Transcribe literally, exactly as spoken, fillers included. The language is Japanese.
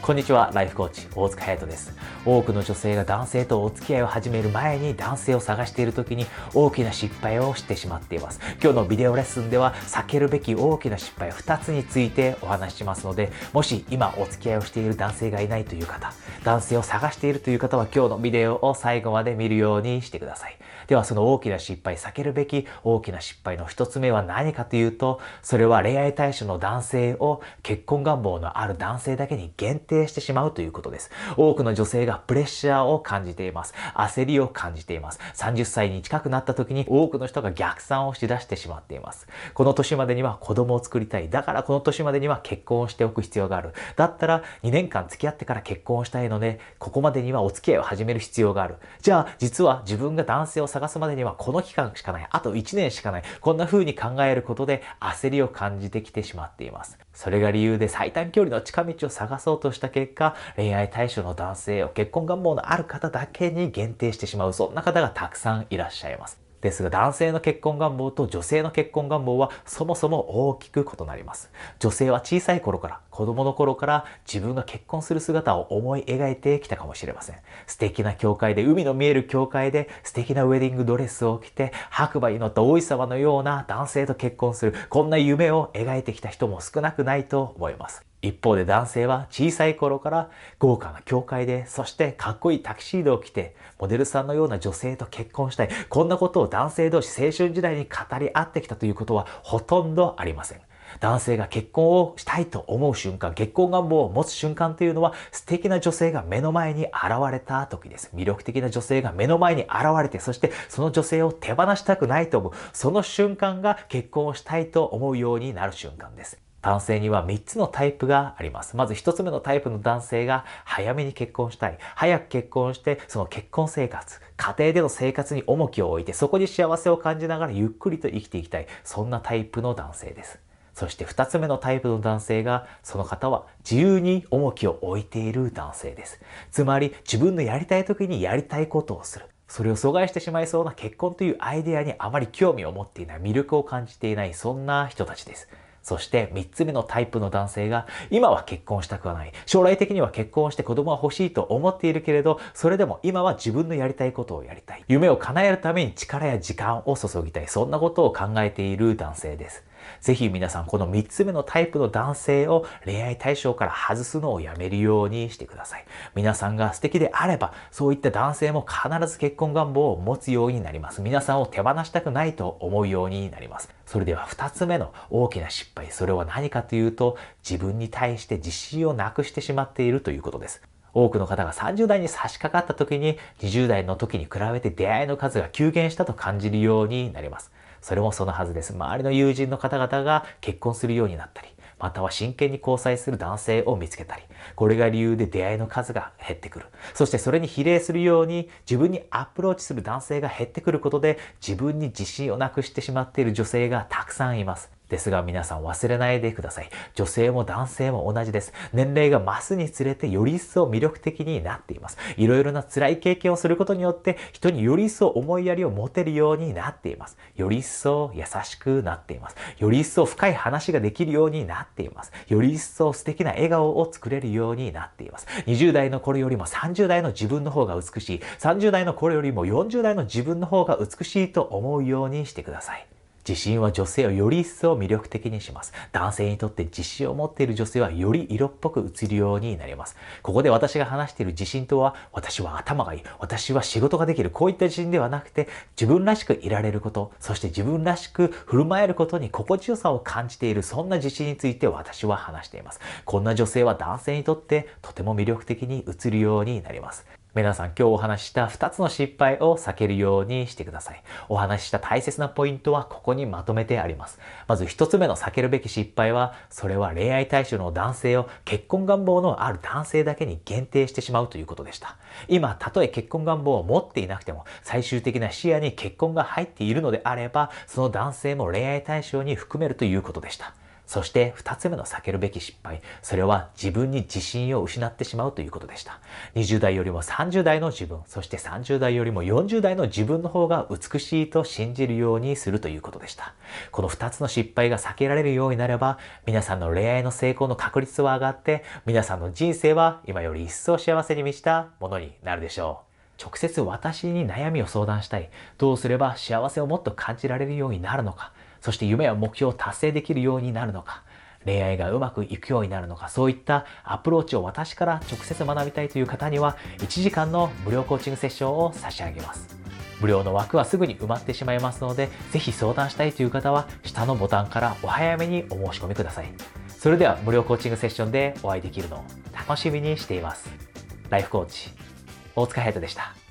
こんにちは、ライフコーチ、大塚隼人です。多くの女性が男性とお付き合いを始める前に男性を探している時に大きな失敗をしてしまっています。今日のビデオレッスンでは避けるべき大きな失敗ふたつについてお話ししますので、もし今お付き合いをしている男性がいないという方、男性を探しているという方は今日のビデオを最後まで見るようにしてください。ではその大きな失敗、避けるべき大きな失敗のひとつめは何かというと、それは恋愛対象の男性を結婚願望のある男性だけに限定してしまうということです。多くの女性がプレッシャーを感じています。焦りを感じています。さんじゅっさいに近くなった時に多くの人が逆算をしだしてしまっています。この年までには子供を作りたい。だからこの年までには結婚をしておく必要がある。だったらにねんかん付き合ってから結婚をしたいので、ここまでにはお付き合いを始める必要がある。じゃあ実は自分が男性を探すまでにはこの期間しかない。あといちねんしかない。こんな風に考えることで焦りを感じてきてしまっています。それが理由で最短距離の近道を探そうとした結果、恋愛対象の男性を結婚願望のある方だけに限定してしまう、そんな方がたくさんいらっしゃいます。ですが男性の結婚願望と女性の結婚願望はそもそも大きく異なります。女性は小さい頃から、子供の頃から自分が結婚する姿を思い描いてきたかもしれません。素敵な教会で、海の見える教会で素敵なウェディングドレスを着て白馬に乗った王子様のような男性と結婚する、こんな夢を描いてきた人も少なくないと思います。一方で男性は小さい頃から豪華な教会で、そしてかっこいいタキシードを着てモデルさんのような女性と結婚したい、こんなことを男性同士青春時代に語り合ってきたということはほとんどありません。男性が結婚をしたいと思う瞬間、結婚願望を持つ瞬間というのは素敵な女性が目の前に現れた時です。魅力的な女性が目の前に現れて、そしてその女性を手放したくないと思う、その瞬間が結婚をしたいと思うようになる瞬間です。男性にはみっつのタイプがあります。まずひとつめのタイプの男性が早めに結婚したい。早く結婚して、その結婚生活、家庭での生活に重きを置いて、そこに幸せを感じながらゆっくりと生きていきたい。そんなタイプの男性です。そしてふたつめのタイプの男性が、その方は自由に重きを置いている男性です。つまり自分のやりたい時にやりたいことをする。それを阻害してしまいそうな結婚というアイデアにあまり興味を持っていない、魅力を感じていない、そんな人たちです。そしてみっつめのタイプの男性が、今は結婚したくはない。将来的には結婚して子供は欲しいと思っているけれど、それでも今は自分のやりたいことをやりたい。夢を叶えるために力や時間を注ぎたい。そんなことを考えている男性です。ぜひ皆さんこのみっつめのタイプの男性を恋愛対象から外すのをやめるようにしてください。皆さんが素敵であれば、そういった男性も必ず結婚願望を持つようになります。皆さんを手放したくないと思うようになります。それではふたつめの大きな失敗、それは何かというと、自分に対して自信をなくしてしまっているということです。多くの方がさんじゅうだいに差し掛かった時ににじゅうだいの時に比べて出会いの数が急減したと感じるようになります。それもそのはずです。周りの友人の方々が結婚するようになったり、または真剣に交際する男性を見つけたり、これが理由で出会いの数が減ってくる。そしてそれに比例するように自分にアプローチする男性が減ってくることで、自分に自信をなくしてしまっている女性がたくさんいます。ですが皆さん忘れないでください。女性も男性も同じです。年齢が増すにつれてより一層魅力的になっています。いろいろな辛い経験をすることによって人により一層思いやりを持てるようになっています。より一層優しくなっています。より一層深い話ができるようになっています。より一層素敵な笑顔を作れるようになっています。にじゅうだいの頃よりもさんじゅうだいの自分の方が美しい。さんじゅうだいの頃よりもよんじゅうだいの自分の方が美しいと思うようにしてください。自信は女性をより一層魅力的にします。男性にとって自信を持っている女性はより色っぽく映るようになります。ここで私が話している自信とは、私は頭がいい、私は仕事ができる、こういった自信ではなくて、自分らしくいられること、そして自分らしく振る舞えることに心地よさを感じている、そんな自信について私は話しています。こんな女性は男性にとってとても魅力的に映るようになります。皆さん今日お話ししたふたつの失敗を避けるようにしてください。お話しした大切なポイントはここにまとめてあります。まずひとつめの避けるべき失敗は、それは恋愛対象の男性を結婚願望のある男性だけに限定してしまうということでした。今、たとえ結婚願望を持っていなくても、最終的な視野に結婚が入っているのであれば、その男性も恋愛対象に含めるということでした。 そしてふたつめの避けるべき失敗、それは自分に自信を失ってしまうということでした。にじゅう代よりもさんじゅう代の自分、そしてさんじゅう代よりもよんじゅう代の自分の方が美しいと信じるようにするということでした。このふたつの失敗が避けられるようになれば、皆さんの恋愛の成功の確率は上がって、皆さんの人生は今より一層幸せに満ちたものになるでしょう。直接私に悩みを相談したい。どうすれば幸せをもっと感じられるようになるのか。そして夢や目標を達成できるようになるのか。恋愛がうまくいくようになるのか。そういったアプローチを私から直接学びたいという方には、いちじかんの無料コーチングセッションを差し上げます。無料の枠はすぐに埋まってしまいますので、ぜひ相談したいという方は、下のボタンからお早めにお申し込みください。それでは無料コーチングセッションでお会いできるのを楽しみにしています。ライフコーチ、大塚隼人でした。